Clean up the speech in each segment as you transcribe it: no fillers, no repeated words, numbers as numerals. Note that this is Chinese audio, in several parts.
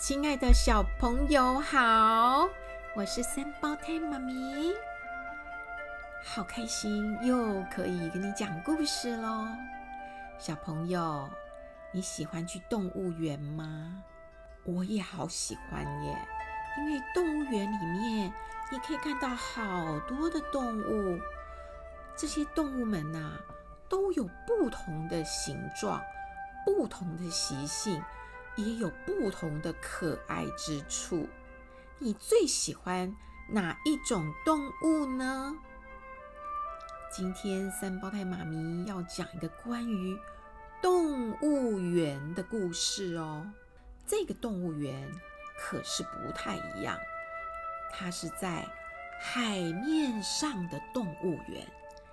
亲爱的小朋友好，我是三胞胎妈咪，好开心又可以跟你讲故事咯。小朋友，你喜欢去动物园吗？我也好喜欢耶，因为动物园里面你可以看到好多的动物，这些动物们都有不同的形状，不同的习性，也有不同的可爱之处。你最喜欢哪一种动物呢？今天三胞胎妈咪要讲一个关于动物园的故事哦。这个动物园可是不太一样，它是在海面上的动物园。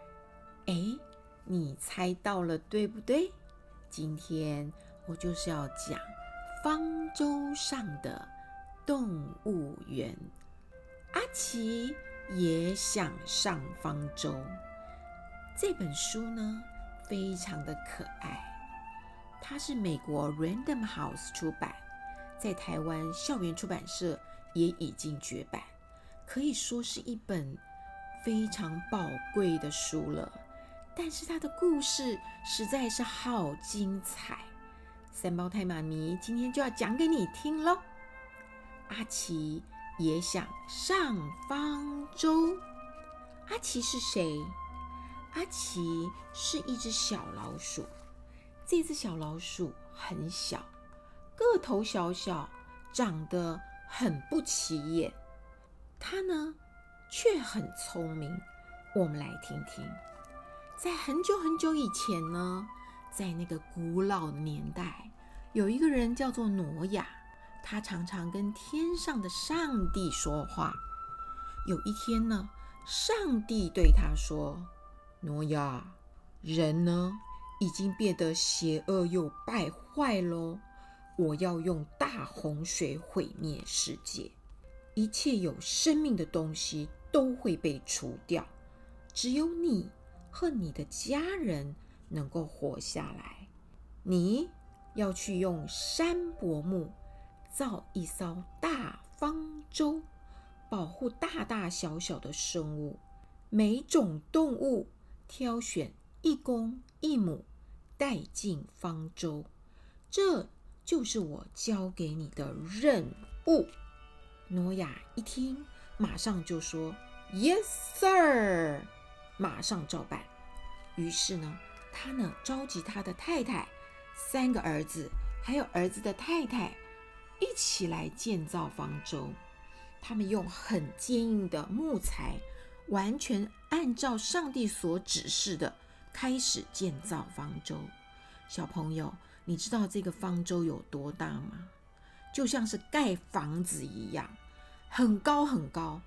你猜到了对不对？今天我就是要讲方舟上的动物园。阿奇也想上方舟。这本书呢，非常的可爱，它是美国 Random House 出版，在台湾校园出版社也已经绝版，可以说是一本非常宝贵的书了。但是它的故事实在是好精彩，三胞胎妈咪今天就要讲给你听咯。阿奇也想上方舟。阿奇是谁？阿奇是一只小老鼠。这只小老鼠很小，个头小小，长得很不起眼。它呢，却很聪明。我们来听听。在很久很久以前呢，在那个古老的年代，有一个人叫做挪亚，他常常跟天上的上帝说话。有一天呢，上帝对他说：挪亚，人呢已经变得邪恶又败坏咯，我要用大洪水毁灭世界，一切有生命的东西都会被除掉，只有你和你的家人能够活下来。你要去用山柏木造一艘大方舟，保护大大小小的生物，每种动物挑选一公一母带进方舟，这就是我交给你的任务。挪亚一听，马上就说 Yes sir， 马上照办。于是呢，他召集他的太太、3个儿子还有儿子的太太一起来建造方舟。他们用很坚硬的木材，完全按照上帝所指示的开始建造方舟。小朋友，你知道这个方舟有多大吗？就像是盖房子一样，很高很高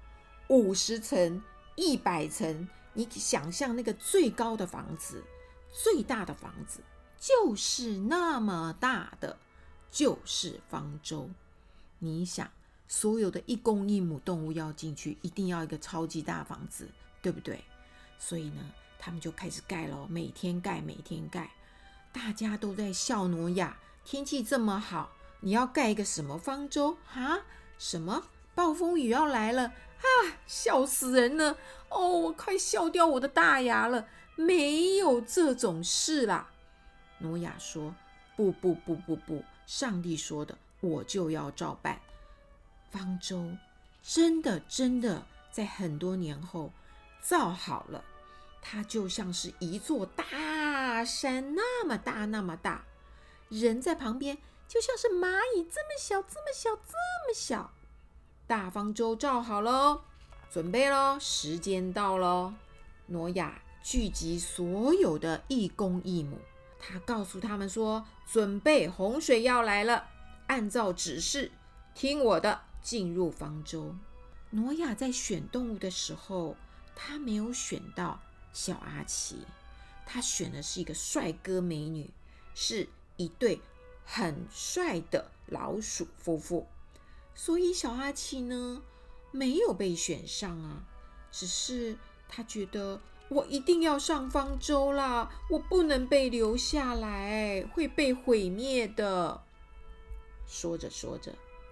，50层、100层。你想象那个最高的房子，最大的房子就是那么大的，就是方舟。你想，所有的一公一母动物要进去，一定要一个超级大房子，对不对？所以呢，他们就开始盖咯，每天盖，每天盖。大家都在笑挪亚，天气这么好，你要盖一个什么方舟啊？什么暴风雨要来了啊！笑死人了哦！我快笑掉我的大牙了，没有这种事啦。挪亚说：不，上帝说的，我就要照办。方舟真的在很多年后造好了，它就像是一座大山，那么大那么大，人在旁边就像是蚂蚁，这么小这么小这么小。大方舟造好咯，准备咯，时间到咯。挪亚聚集所有的一公一母，他告诉他们说：准备，洪水要来了，按照指示，听我的，进入方舟。挪亚在选动物的时候，他没有选到小阿奇，他选的是一个帅哥美女，是一对很帅的老鼠夫妇。所以小阿奇呢，没有被选上啊，只是他觉得我一定要上方舟啦，我不能被留下来，会被毁灭的。说着说着，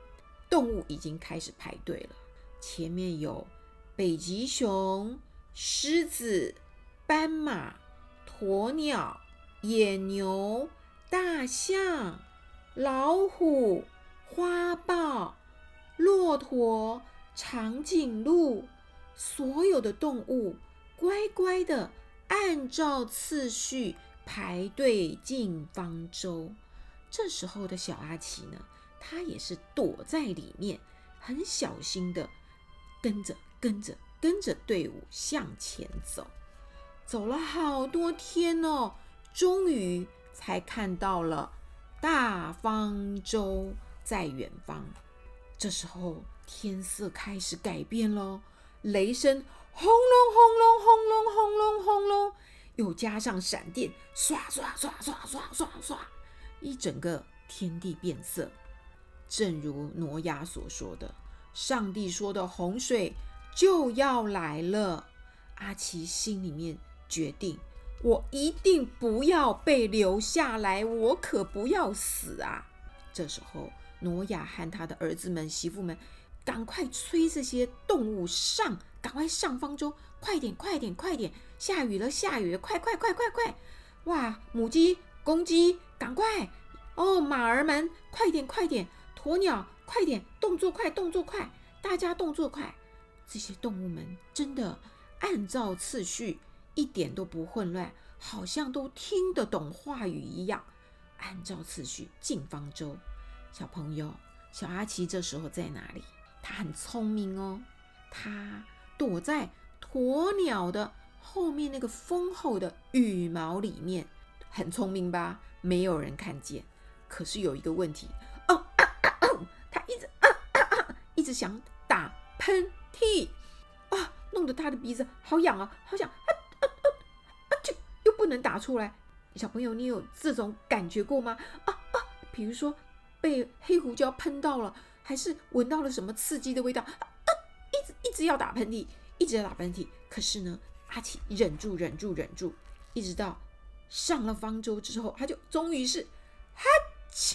动物已经开始排队了。前面有北极熊、狮子、斑马、鸵鸟、野牛、大象、老虎、花豹、骆驼、长颈鹿，所有的动物乖乖的按照次序排队进方舟。这时候的小阿奇呢，他也是躲在里面，很小心的跟着队伍向前走。走了好多天哦，终于才看到了大方舟在远方。这时候天色开始改变咯，雷声轰隆轰隆轰隆轰隆轰隆，又加上闪电，唰唰唰唰唰唰唰，一整个天地变色。正如挪亚所说的，上帝说的洪水就要来了。阿奇心里面决定，我一定不要被留下来，我可不要死啊！这时候挪亚和他的儿子们媳妇们赶快催这些动物上，赶快上方舟，快点快点快点，下雨了下雨了，快快快快快！哇，母鸡公鸡赶快哦，马儿们快点快点，鸵鸟快点，动作快动作快，大家动作快。这些动物们真的按照次序，一点都不混乱，好像都听得懂话语一样，按照次序进方舟。小朋友，小阿奇这时候在哪里？他很聪明哦，他躲在鸵鸟的后面那个丰厚的羽毛里面，很聪明吧？没有人看见。可是有一个问题，他一直想打喷嚏啊，弄得他的鼻子好痒啊，好想就又不能打出来。小朋友，你有这种感觉过吗？比如说被黑胡椒喷到了，还是闻到了什么刺激的味道，一直要打喷嚏，一直要打喷嚏。可是呢，阿奇忍住，一直到上了方舟之后，他就终于是哈啾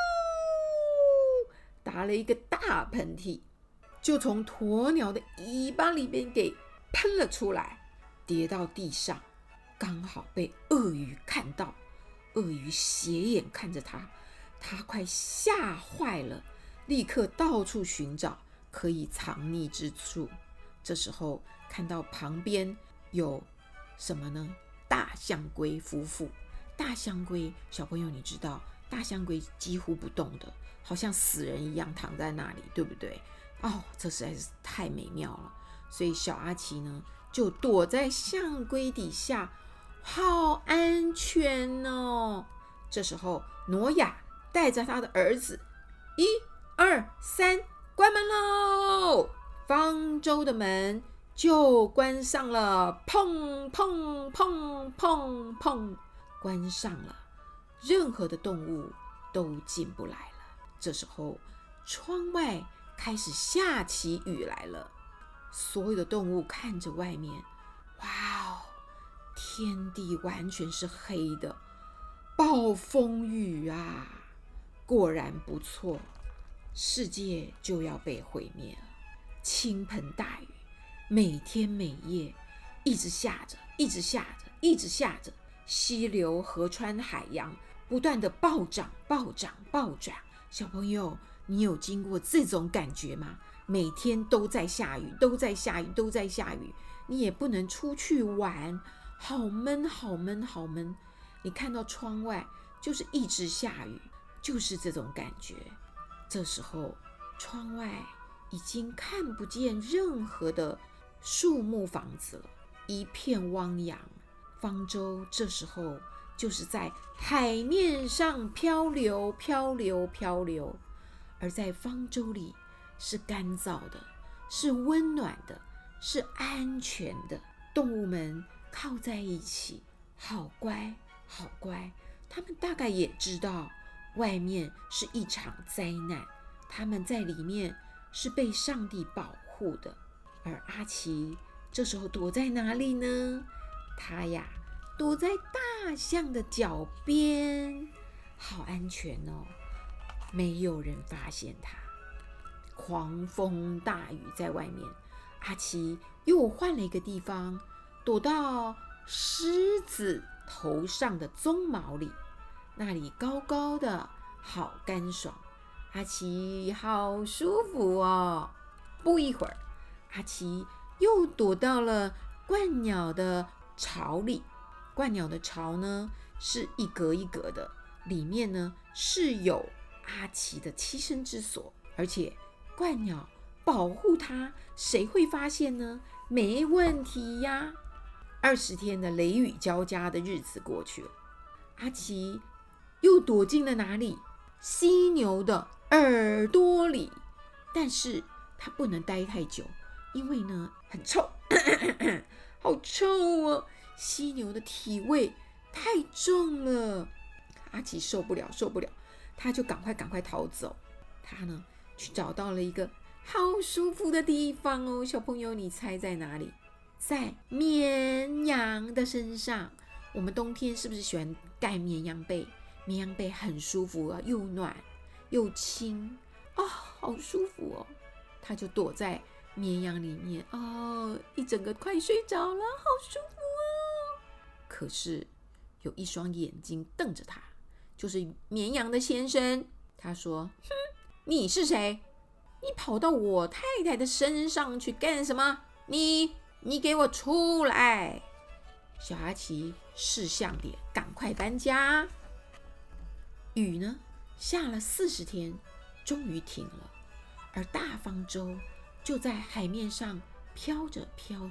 打了一个大喷嚏，就从鸵鸟的尾巴里边给喷了出来，跌到地上，刚好被鳄鱼看到。鳄鱼斜眼看着他，他快吓坏了，立刻到处寻找可以藏匿之处。这时候看到旁边有什么呢？大象龟夫妇。大象龟，小朋友你知道，大象龟几乎不动的，好像死人一样躺在那里，对不对？这实在是太美妙了。所以小阿奇呢，就躲在象龟底下，好安全哦。这时候挪亚带着他的儿子，1、2、3，关门喽！方舟的门就关上了，砰砰砰砰砰，关上了，任何的动物都进不来了。这时候窗外开始下起雨来了，所有的动物看着外面，哇哦，天地完全是黑的，暴风雨啊！果然不错，世界就要被毁灭了。倾盆大雨，每天每夜一直下着，一直下着，一直下着，溪流、河川、海洋不断的暴涨。小朋友，你有经过这种感觉吗？每天都在下雨，都在下雨，都在下雨，你也不能出去玩，好闷好闷好闷。你看到窗外就是一直下雨，就是这种感觉。这时候窗外已经看不见任何的树木房子了，一片汪洋。方舟这时候就是在海面上漂流，而在方舟里是干燥的，是温暖的，是安全的。动物们靠在一起，好乖好乖。他们大概也知道外面是一场灾难，他们在里面是被上帝保护的。而阿奇这时候躲在哪里呢？他呀，躲在大象的脚边，好安全哦，没有人发现他。 狂风大雨在外面。阿奇又换了一个地方，躲到狮子头上的鬃毛里，那里高高的，好干爽。阿奇好舒服哦。不一会儿，阿奇又躲到了鹳鸟的巢里。鹳鸟的巢呢，是一格一格的，里面呢是有阿奇的栖身之所，而且鹳鸟保护它，谁会发现呢？没问题呀。20天的雷雨交加的日子过去了，阿奇又躲进了哪里？犀牛的耳朵里。但是他不能待太久，因为呢很臭好臭哦，犀牛的体味太重了。阿奇受不了，他就赶快逃走。他呢去找到了一个好舒服的地方哦，小朋友，你猜在哪里？在绵羊的身上。我们冬天是不是喜欢盖绵羊被？绵羊被很舒服啊，又暖又轻哦，好舒服哦。他就躲在绵羊里面哦，一整个快睡着了，好舒服哦。可是有一双眼睛瞪着他，就是绵羊的先生。他说：哼，你是谁？你跑到我太太的身上去干什么？你给我出来！小阿奇识相点，赶快搬家。雨呢，下了40天，终于停了，而大方舟就在海面上飘着，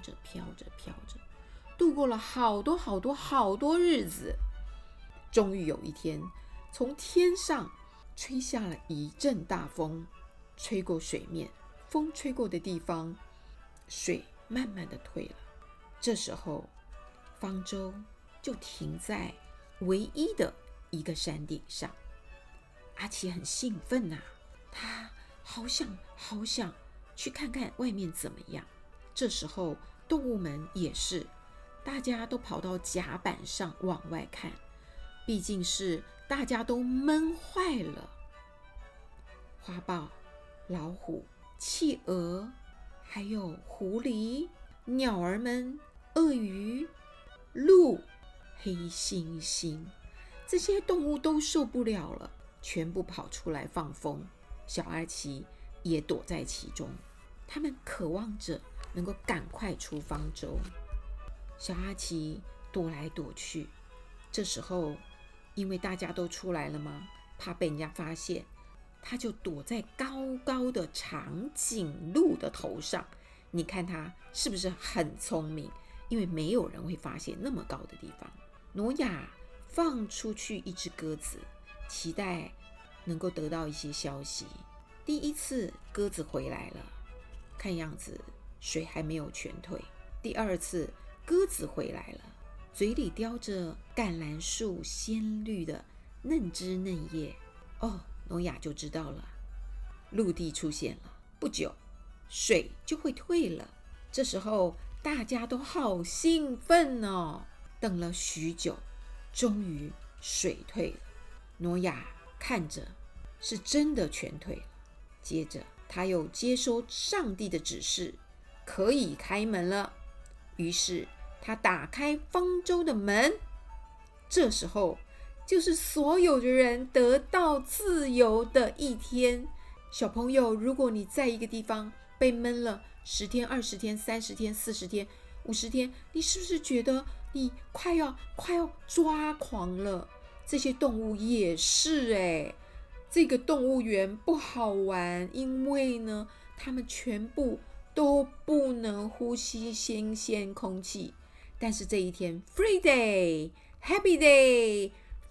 度过了好多日子。终于有一天，从天上吹下了一阵大风，吹过水面，风吹过的地方，水慢慢的退了。这时候，方舟就停在唯一的一个山顶上。阿奇很兴奋啊，他好想去看看外面怎么样。这时候，动物们也是，大家都跑到甲板上往外看，毕竟是大家都闷坏了。花豹、老虎、企鹅，还有狐狸、鸟儿们、鳄鱼、鹿、黑猩猩，这些动物都受不了了，全部跑出来放风。小阿奇也躲在其中，他们渴望着能够赶快出方舟。小阿奇躲来躲去，这时候因为大家都出来了嘛，怕被人家发现，他就躲在高高的长颈鹿的头上。你看他是不是很聪明？因为没有人会发现那么高的地方。挪亚放出去一只鸽子，期待能够得到一些消息。第一次鸽子回来了，看样子水还没有全退。第二次鸽子回来了，嘴里叼着橄榄树鲜绿的嫩枝嫩叶。哦，挪亚就知道了，陆地出现了，不久水就会退了。这时候大家都好兴奋哦，等了许久，终于水退了。挪亚看着是真的全退了，接着他又接收上帝的指示，可以开门了。于是他打开方舟的门，这时候就是所有的人得到自由的一天。小朋友，如果你在一个地方被闷了10天、20天、30天、40天、50天，你是不是觉得你快要抓狂了？这些动物也是这个动物园不好玩，因为呢，它们全部都不能呼吸新鲜空气。但是这一天 Free Day Happy Day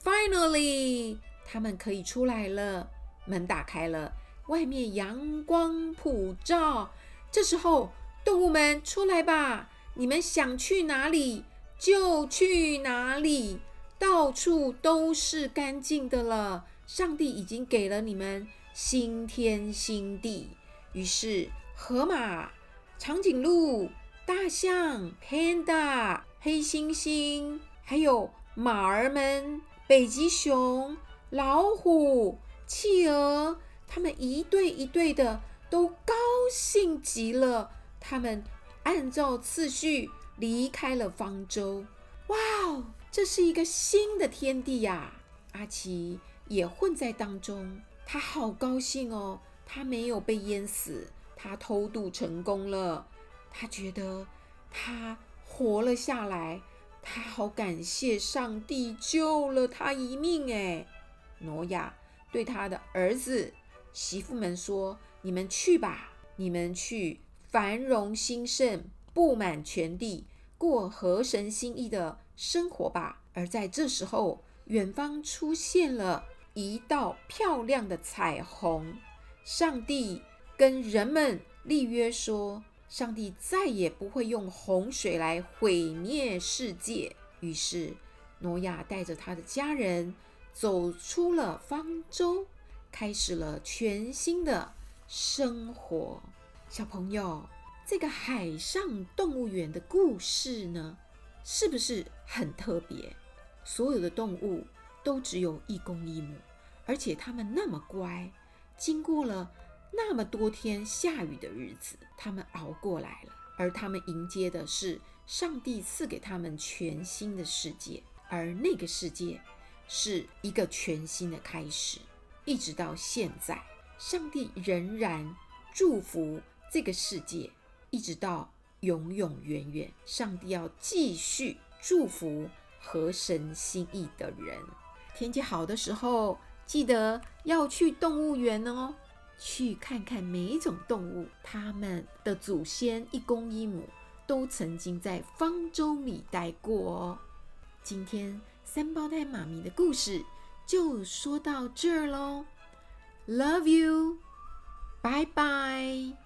Finally 他们可以出来了，门打开了，外面阳光普照。这时候动物们出来吧，你们想去哪里就去哪里，到处都是干净的了，上帝已经给了你们新天新地。于是河马、长颈鹿、大象、Panda、黑猩猩，还有马儿们、北极熊、老虎、企鹅，他们一对一对的都高兴极了。他们按照次序离开了方舟。哇哦，这是一个新的天地呀！阿奇也混在当中，他好高兴哦，他没有被淹死，他偷渡成功了，他觉得他活了下来，他好感谢上帝救了他一命哎。挪亚对他的儿子媳妇们说，你们去吧，你们去繁荣兴盛，布满全地，过合神心意的生活吧。而在这时候，远方出现了一道漂亮的彩虹。上帝跟人们立约说，上帝再也不会用洪水来毁灭世界。于是挪亚带着他的家人走出了方舟，开始了全新的生活。小朋友，这个海上动物园的故事呢，是不是很特别？所有的动物都只有1公1母，而且它们那么乖，经过了那么多天下雨的日子，它们熬过来了。而它们迎接的是上帝赐给他们全新的世界，而那个世界是一个全新的开始。一直到现在，上帝仍然祝福这个世界，一直到永永远远，上帝要继续祝福合神心意的人。天气好的时候，记得要去动物园哦，去看看每一种动物，它们的祖先1公1母都曾经在方舟里待过哦。今天三胞胎妈咪的故事就说到这儿咯。Love you， 拜拜。